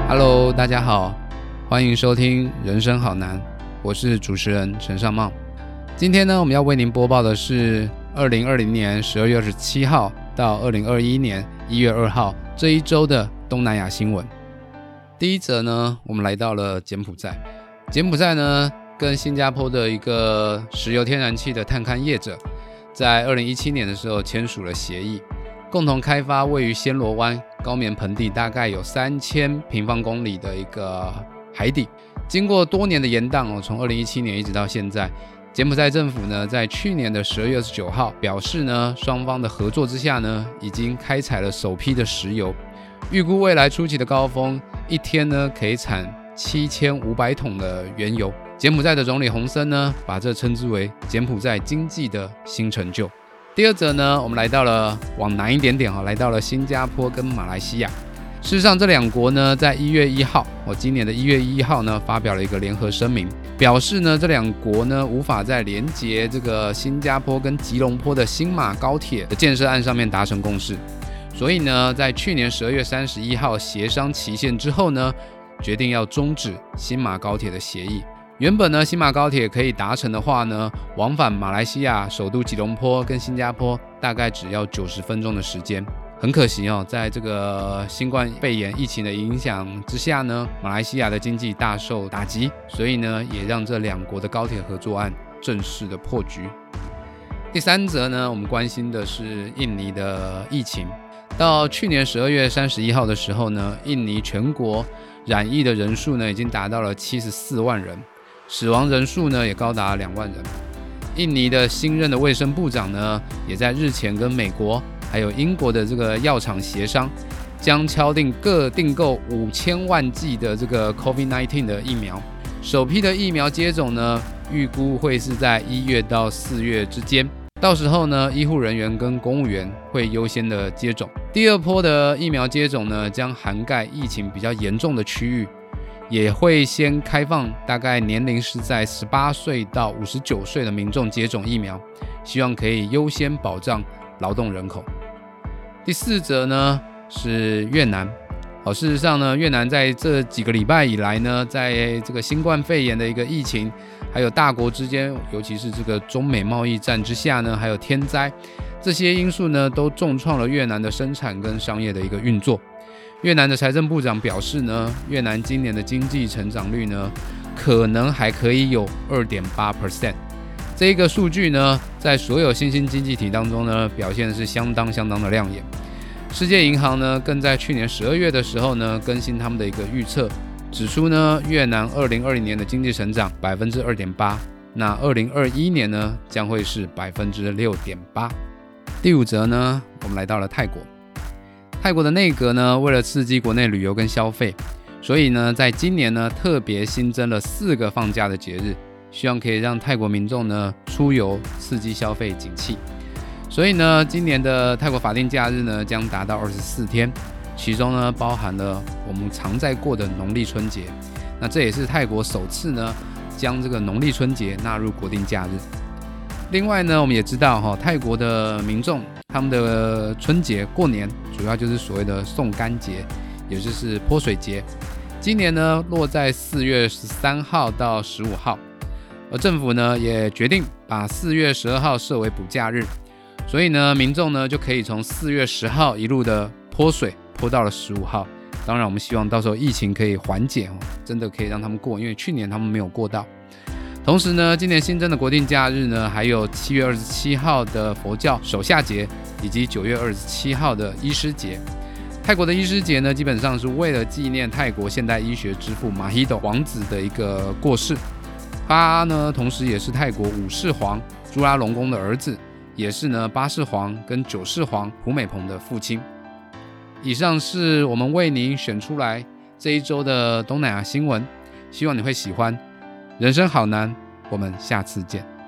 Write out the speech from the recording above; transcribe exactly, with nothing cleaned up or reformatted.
Hello， 大家好，欢迎收听人生好难，我是主持人陈尚茂。今天呢，我们要为您播报的是二零二零年十二月二十七号到二零二一年一月二号这一周的东南亚新闻。第一则呢，我们来到了柬埔寨。柬埔寨呢，跟新加坡的一个石油天然气的探勘业者，在二零一七年的时候签署了协议，共同开发位于暹罗湾高棉盆地大概有三千平方公里的一个海底。经过多年的延宕哦，从二零一七年一直到现在，柬埔寨政府呢，在去年的十二月二十九号表示呢，双方的合作之下呢，已经开采了首批的石油，预估未来初期的高峰一天呢可以产七千五百桶的原油。柬埔寨的总理洪森呢，把这称之为柬埔寨经济的新成就。第二则呢，我们来到了往南一点点，来到了新加坡跟马来西亚。事实上，这两国呢，在一月一号，我今年的一月一号呢，发表了一个联合声明，表示呢，这两国呢，无法在连接这个新加坡跟吉隆坡的新马高铁的建设案上面达成共识。所以呢，在去年十二月三十一号协商期限之后呢，决定要终止新马高铁的协议。原本呢，新马高铁可以达成的话呢，往返马来西亚首都吉隆坡跟新加坡大概只要九十分钟的时间。很可惜哦，在这个新冠肺炎疫情的影响之下呢，马来西亚的经济大受打击，所以呢，也让这两国的高铁合作案正式的破局。第三则呢，我们关心的是印尼的疫情。到去年十二月三十一号的时候呢，印尼全国染疫的人数呢，已经达到了七十四万人，死亡人数呢，也高达两万人。印尼的新任的卫生部长呢，也在日前跟美国还有英国的这个药厂协商，将敲定各订购五千万剂的这个 COVID 十九 的疫苗。首批的疫苗接种呢，预估会是在一月到四月之间。到时候呢，医护人员跟公务员会优先的接种。第二波的疫苗接种呢，将涵盖疫情比较严重的区域，也会先开放大概年龄是在十八岁到五十九岁的民众接种疫苗，希望可以优先保障劳动人口。第四则呢是越南。好，事实上呢，越南在这几个礼拜以来呢，在这个新冠肺炎的一个疫情，还有大国之间，尤其是这个中美贸易战之下呢，还有天灾，这些因素呢，都重创了越南的生产跟商业的一个运作。越南的财政部长表示呢，越南今年的经济成长率呢，可能还可以有 百分之二点八。这一个数据呢，在所有新兴经济体当中呢，表现是相当相当的亮眼。世界银行呢，更在去年十二月的时候呢，更新他们的一个预测，指出呢，越南二零二零年的经济成长 百分之二点八， 那二零二一年呢，将会是 百分之六点八。第五则呢，我们来到了泰国。泰国的内阁呢，为了刺激国内旅游跟消费，所以呢，在今年呢，特别新增了四个放假的节日，希望可以让泰国民众呢出游，刺激消费景气。所以呢，今年的泰国法定假日呢，将达到二十四天，其中呢，包含了我们常在过的农历春节。那这也是泰国首次呢，将这个农历春节纳入国定假日。另外呢，我们也知道哈，泰国的民众他们的春节过年主要就是所谓的送干节，也就是泼水节。今年呢，落在四月十三号到十五号，而政府呢也决定把四月十二号设为补假日。所以呢，民众呢就可以从四月十号一路的泼水泼到了十五号。当然，我们希望到时候疫情可以缓解哦，真的可以让他们过，因为去年他们没有过到。同时呢，今年新增的国定假日呢，还有七月二十七号的佛教守夏节，以及九月二十七号的医师节。泰国的医师节呢，基本上是为了纪念泰国现代医学之父马希斗王子的一个过世。他呢，同时也是泰国五世皇朱拉隆功的儿子，也是呢八世皇跟九世皇普美蓬的父亲。以上是我们为您选出来这一周的东南亚新闻，希望你会喜欢。人生好难，我们下次见。